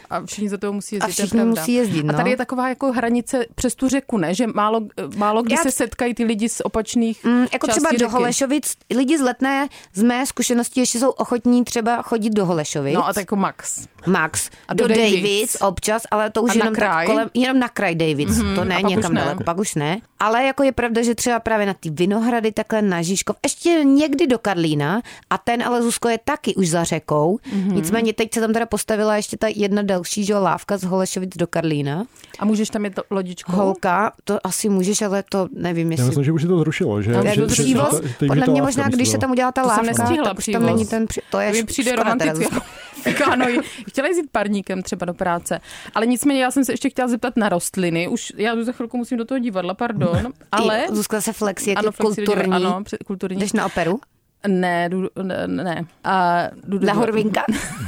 A všichni za toho musí jezdit. A všichni musí jezdit, no. A tady je taková jako hranice přes tu řeku, ne? Že málo kdy se setkají ty lidi z opačných jako třeba do Holešovic, lidi z Letné z mé zkušenosti ještě jsou ochotní třeba chodit do Holešovic. No a tak jako Max. A do Davids občas, ale to už jenom na kraj Davids. To ne, někam daleko, pak už ne. Ale jako je pravda, že třeba právě na ty Vinohrady, takhle na Žižkov, ještě někdy do Karlína a ten ale Zuzko je taky už za řekou. Nicméně teď se tam teda postavila ještě ta jedna další lávka z Holešovic do Karlína. A můžeš tam jet loďičkou? Holka, to asi můžeš, ale to nevím, jestli... Já myslím, že už se to zrušilo, že? Podle mě možná, když se tam udělala ta lávka, tak už tam není ten... To je přijde romanticky. Ano, chtěla jít parníkem třeba do práce. Ale nicméně já jsem se ještě chtěla zeptat na rostliny. Už já za chvilku musím do toho divadla, pardon. Ale... Zuzka se flexí, jak je kulturní. Ano, kulturní. Jdeš na operu? Ne. Jdu na Horvinka?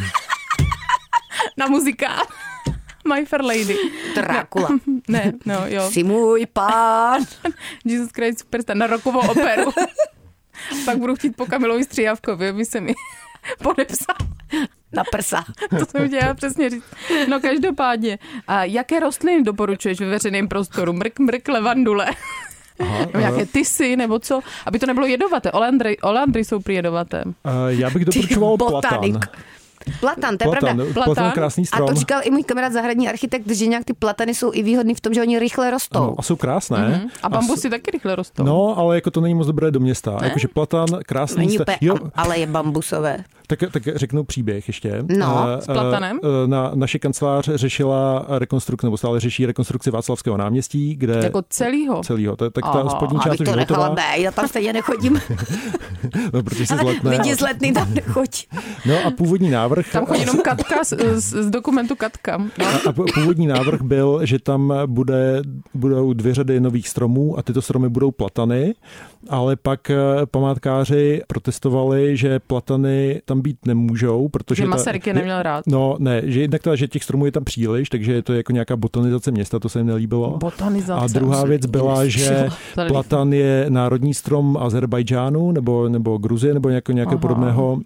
Na muzikál. My Fair Lady. Dracula. No, jo. Jsi můj pán. Jesus Christ Superstar na rockovou operu. Pak budu chtít po Kamilovi Stříhavkovi, aby se mi podepsal. Na prsa. To jsem chtěla přesně říct. No každopádně. A jaké rostliny doporučuješ ve veřejném prostoru? Mrk, levandule. Nebo nějaké tisy, nebo co? Aby to nebylo jedovaté. Oleandry jsou prý jedovaté. Já bych doporučoval platan. Platan, to je pravda. Platan, krásný strom. A to říkal i můj kamarád zahradní architekt, že nějak ty platany jsou i výhodný v tom, že oni rychle rostou. Ano, a jsou krásné. A bambusy taky rychle rostou. No, ale jako to není moc dobré do města. Jakože platan, krásný ale je bambusové. Tak řeknu příběh ještě. No, s platanem. Naše kancelář řešila rekonstrukci, nebo stále řeší rekonstrukci Václavského náměstí, kde... Jako celýho? Celýho. Tak ta spodní část už hotová. Já tam stejně nechodím. No, protože se zletné. Lidi z Letný tam nechodí. No a původní návrh... Tam chodí jenom Katka z dokumentu Katka. A původní návrh byl, že tam budou 2 řady nových stromů a tyto stromy budou platany, ale pak památkáři protestovali, že platany tam být nemůžou, protože... Že Masaryk je neměl rád. No ne, že jednak že těch stromů je tam příliš, takže je to jako nějaká botanizace města, to se jim nelíbilo. Botanizace. A druhá věc byla, že platan je národní strom Azerbajdžánu nebo Gruzie nebo nějakého podobného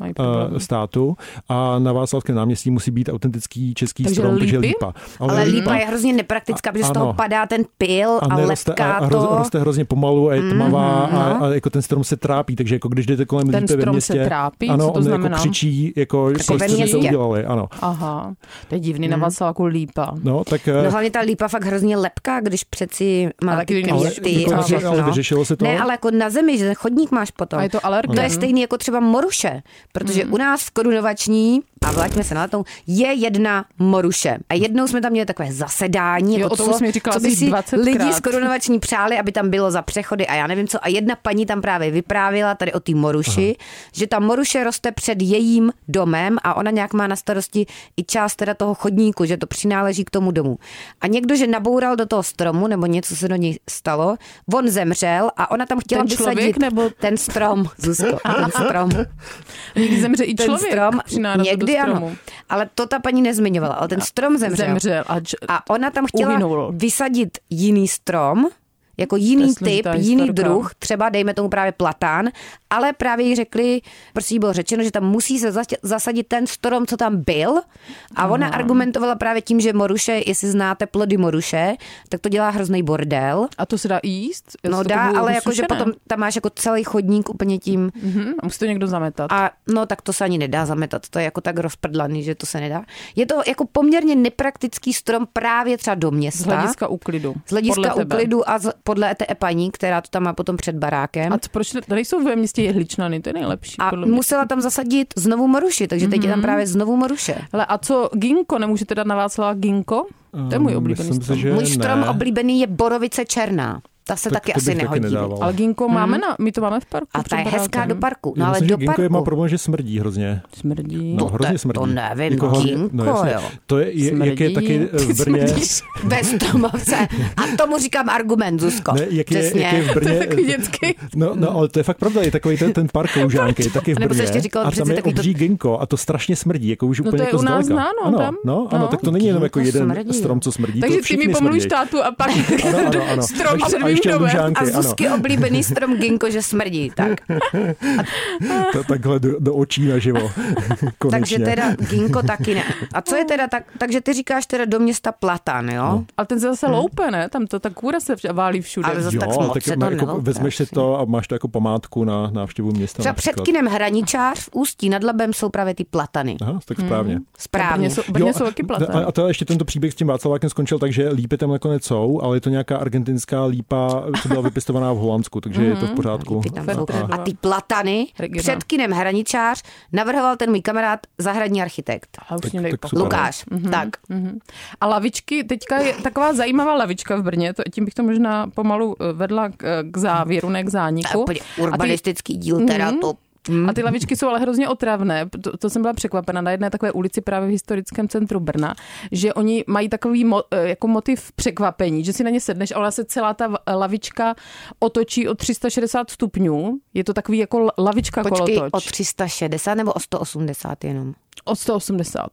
státu a na Václavském náměstí musí být autentický český strom, takže lípa. Ale lípa je hrozně nepraktická, protože z toho padá ten pyl a lepká to. Roste hrozně pomalu a je tmavá a jako ten strom se trápí, takže jako když jdete kolem lípy ve městě... Ten strom se trápí? Ano, co to znamená? Jako křičí, jako jste to udělali, ano. Aha, to je divný na Václaváku lípa. No, tak... No hlavně ta lípa fakt hrozně lepká, když přeci má ty květy a všechno. Ale vyřešilo se to? Ne, ale jako na zemi, že chodník máš potom. A je to alergen. To je stejný jako třeba moruše, protože u nás v Korunovační, a vláďme se na to, je jedna moruše. A jednou jsme tam měli takové zasedání, jako co by si lidi z Korunovační přáli, aby tam bylo za přechody a já nevím co. A jedna paní tam právě vyprávěla tady o té moruši, že ta moruše roste před jejím domem a ona nějak má na starosti i část teda toho chodníku, že to přináleží k tomu domu. A někdo, že naboural do toho stromu, nebo něco se do něj stalo, on zemřel a ona tam chtěla vysadit ten strom, Zuzko, ten strom. Někdy zemře i člověk. Ten strom, někdy ano, ale to ta paní nezmiňovala, ale ten strom zemřel. A ona tam chtěla vysadit jiný strom, jako jiný typ, jiný druh, třeba dejme tomu právě platán, ale právě jí řekli, prostě jí bylo řečeno, že tam musí se zasadit ten strom, co tam byl a ona argumentovala právě tím, že moruše, jestli znáte plody moruše, tak to dělá hrozný bordel. A to se dá jíst? No dá, ale jakože potom tam máš jako celý chodník úplně tím. A musí to někdo zametat. A no tak to se ani nedá zametat, to je jako tak rozprdlaný, že to se nedá. Je to jako poměrně nepraktický strom právě třeba do města. Z hlediska úklidu. Z hlediska úklidu a podle té paní, která to tam má potom před barákem. A proč tady jsou ve městě jehličnany, to je nejlepší. A musela tam zasadit znovu moruši, takže teď je tam právě znovu moruše. Hele, a co ginkgo, nemůžete dát na Václava ginkgo? To je můj oblíbený strom. Můj strom oblíbený je borovice černá. Ta se taky asi nehodí. Ale ginkgo máme my to máme v parku. A ta je hezká do parku. No, ale myslím, do parku. Ginkgo má problém, že smrdí hrozně. Smrdí? No, hrozně smrdí. To nevím, ginkgo, jo. To je, jak je taky v Brně. Bez stromovce. A tomu říkám argument, Zuzko. Ne, jak je v Brně. To je takový dětský. No, ale to je fakt pravda, je takový ten park Koužánky, taky v Brně. A tam je obří ginkgo a to strašně smrdí, jako už úplně jako zdaleka. No to je u nás znáno. Ano, tak to není jenom jako jeden strom, co smrdí. Takže ty mi pomluvíš tátu a pak strom se pouštěl Lužánky. A Zuzky oblíbený strom ginkgo, že smrdí. Tak. Takhle do očí naživo. Takže teda ginkgo taky ne. A co je teda tak, takže ty říkáš teda do města platan, jo? No. Ale ten se zase loupe, ne? Tam to ta kůra se válí všude. Ale zase tak moc se to neloupe. Vezmeš si to a máš to jako památku na návštěvu města. Třeba před kinem Hraničář v Ústí nad Labem jsou právě ty platany. Aha, tak správně. Správně. Brně jsou taky platany. A to ještě tento příběh s tím Václavákem skončil tak, že lípy tam nakonec jsou, ale je to nějaká argentinská lípa, co byla vypěstovaná v Holandsku, takže je to v pořádku. A ty platany před kinem Hraničář navrhoval ten můj kamarád, zahradní architekt. Lukáš. Tak. A lavičky, teďka je taková zajímavá lavička v Brně, tím bych to možná pomalu vedla k závěru, ne k zániku. Urbanistický díl teda to. A ty lavičky jsou ale hrozně otravné. To jsem byla překvapena na jedné takové ulici právě v historickém centru Brna, že oni mají takový jako motiv překvapení, že si na ně sedneš a ona se celá ta lavička otočí o 360 stupňů. Je to takový jako lavička kolotoč. Počkej, o 360 nebo o 180 jenom? O 180.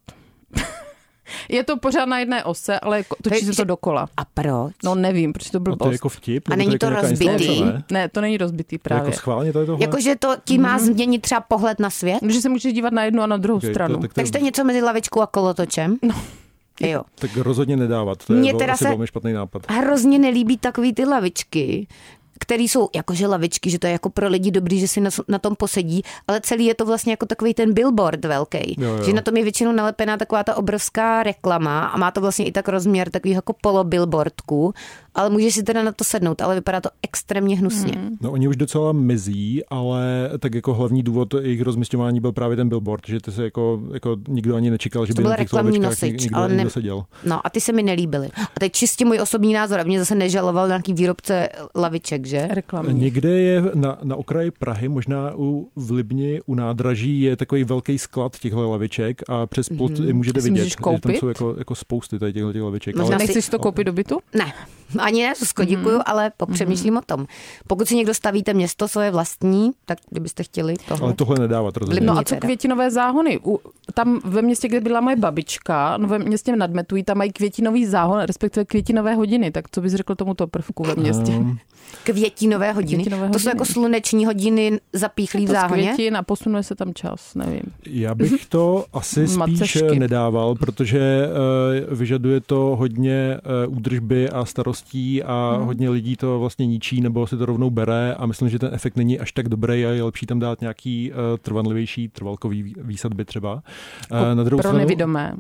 Je to pořád na jedné ose, ale točí se to dokola. A proč? No nevím, proč to blbost. A to je jako vtip? A není to rozbitý? Ne, to není rozbitý právě. Jako schválně to je tohle? Jakože to ti má změnit třeba pohled na svět? Že se můžeš dívat na jednu a na druhou stranu. Takže to je něco mezi lavičkou a kolotočem? No. Jo. Tak rozhodně nedávat, to je asi velmi špatný nápad. Hrozně nelíbí takový ty lavičky, který jsou jakože lavičky, že to je jako pro lidi dobrý, že si na tom posedí, ale celý je to vlastně jako takový ten billboard velký. Jo. Že na tom je většinou nalepená taková ta obrovská reklama a má to vlastně i tak rozměr takový jako polobillboardku, ale můžeš si teda na to sednout, ale vypadá to extrémně hnusně. No oni už docela mizí, ale tak jako hlavní důvod jejich rozmisťování byl právě ten billboard, že ty se jako nikdo ani nečekal, že by na těch lavičkách někdo seděl. No a ty se mi nelíbily. A teď čistě můj osobní názor, a mě zase nežaloval nějaký výrobce laviček, že? Reklamní. Někde je na okraji Prahy, možná v Libni, u nádraží je takový velký sklad těchto laviček a přes plot můžete vidět, že tam jsou jako spousty těch laviček. Možná nechceš to koupit do bytu? Ne. Ani ne, Zuzko, děkuju, ale popřemýšlím o tom. Pokud si někdo stavíte město svoje vlastní, tak kdybyste chtěli toho. Ale tohle nedávat rozhodně. No a co květinové záhony? Tam ve městě, kde byla moje babička, no ve městě nad Metují, tam mají květinový záhon, respektive květinové hodiny. Tak co bys řekl tomuto prvku ve městě? Květinové hodiny? To jsou jako sluneční hodiny zapíchlý v záhoně? Květin a posunuje se tam čas, nevím. Já bych to asi spíš nedával, protože vyžaduje to hodně údržby a starostí a hodně lidí to vlastně ničí nebo si to rovnou bere a myslím, že ten efekt není až tak dobrý a je lepší tam dát nějaký trvanlivější trvalkový výsadby třeba. Na druhou stranu, nevidomé.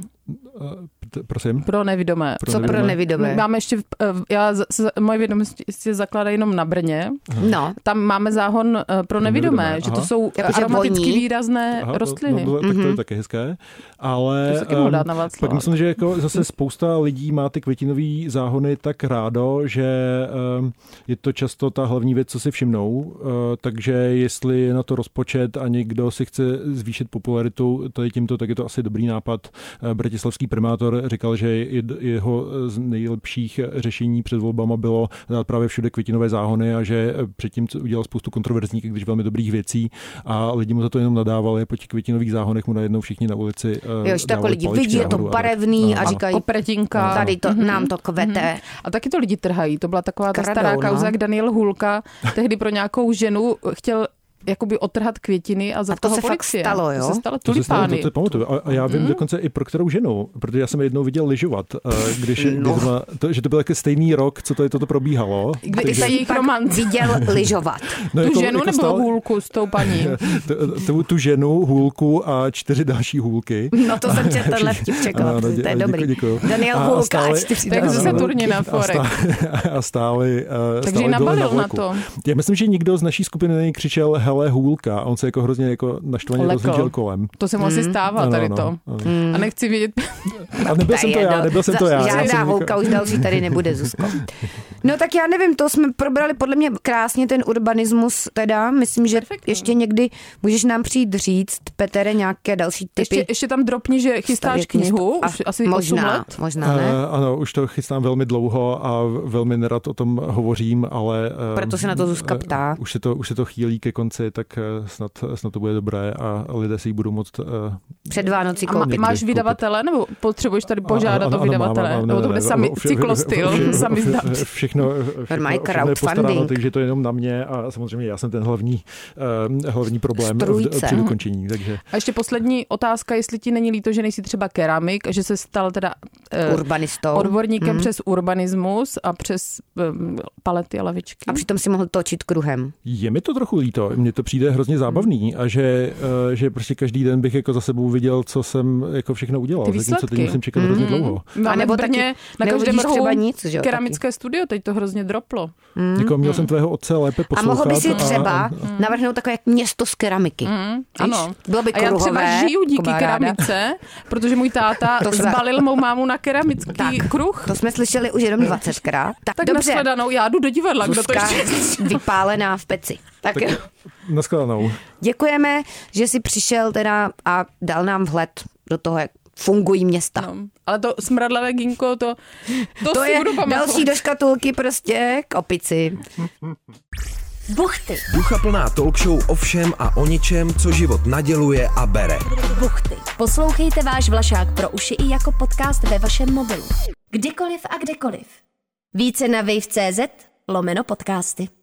Prosím? Pro nevidomé. Co pro nevidomé? Máme ještě, moje vědomosti se zakládají jenom na Brně. No. Tam máme záhon pro nevidomé, že to jsou aromaticky výrazné rostliny. Tak to je taky hezké. Ale to se mohl dát na pak myslím, že jako zase spousta lidí má ty květinový záhony tak rádo, že je to často ta hlavní věc, co si všimnou. Takže jestli je na to rozpočet a někdo si chce zvýšit popularitu tady tímto, tak je to asi dobrý nápad. Bratislavský primátor říkal, že jeho z nejlepších řešení před volbama bylo dát právě všude květinové záhony a že předtím udělal spoustu kontroverzních, když velmi dobrých věcí a lidi mu za to jenom nadávali. Po těch květinových záhonech mu najednou všichni na ulici jo, to jako lidi vidí, je to barevný a říkají, opretinka. Tady to, nám to kvete. A taky to lidi trhají. To byla taková ta stará kauza, jak Daniel Hulka tehdy pro nějakou ženu chtěl jakoby otrhat květiny a za toho se policie. Fakt stalo, jo? To se stalo tulipány. To pamatuju. A já vím dokonce i pro kterou ženu, protože já jsem jednou viděl lyžovat, že to byl jako stejný rok, co toto probíhalo. Když jsi jejich romant viděl lyžovat. Tu ženu nebo hůlku s tou paní? Tu ženu, hůlku a 4 další hůlky. No to jsem tě tenhle vtip čekal, to je dobrý. Děkuju. Daniel Hůlka a 4 další. Takže se turně na forek. A stáli takže nabalil na to. Já myslím, že nikdo z naší skupiny křičel hele hůlka a on se jako hrozně jako naštvaně rozlížel kolem. To se mu asi stává tady to. A nechci vědět. A nebyl jsem to já. Žádná hůlka už další tady nebude, Zuzko. No tak já nevím, to jsme probrali podle mě krásně ten urbanismus teda. Myslím, že ještě někdy můžeš nám přijít říct, Petere, nějaké další tipy. Ještě tam dropni, že chystáš knihu, už asi 8 let. Možná ne. Ano, už to chystám velmi dlouho a velmi nerad o tom hovořím, ale proto se na to Zuzka ptá. Už se to chýlí ke konci, tak snad to bude dobré a lidé si ji budou moct před Vánocí koupit. Máš vydavatele nebo potřebuješ tady požádat o vydavatele. Nebo to bude sami cyklostyl, sami zdat. Všechno postaráno, takže to je jenom na mě a samozřejmě já jsem ten hlavní problém při dokončení. Takže. A ještě poslední otázka, jestli ti není líto, že nejsi třeba keramik, že se stal teda urbanistou, odborníkem přes urbanismus a přes palety a lavičky. A přitom si mohl točit kruhem. Je mi to trochu líto, mně to přijde hrozně zábavný a že prostě každý den bych jako za sebou viděl, co jsem jako všechno udělal. Zatímco teď musím čekat hrozně dlouho. A nebo taky na každém rohu keramické studio, teď to hrozně droplo. Jako měl jsem tvého otce lépe poslouchat. A mohl by si třeba navrhnout takové město z keramiky. Ano. Bylo by kruhové. A já třeba žiju díky keramice, protože můj táta zbalil mou mámu na keramický kruh. To jsme slyšeli už jenom 20krát. Tak nashledanou, já jdu do divadla. Zuzka vypálená v peci. Tak nashledanou. Děkujeme, že jsi přišel teda a dal nám vhled do toho, jak fungují města. No, ale to smradlavé gínko, to si je budu pamatovat. Další do škatulky prostě k opici. Buchty. Duchaplná talk show o všem a o ničem, co život naděluje a bere. Buchty. Poslouchejte váš Vlašák pro uši i jako podcast ve vašem mobilu. Kdykoliv a kdekoliv. Více na wave.cz/podcasty.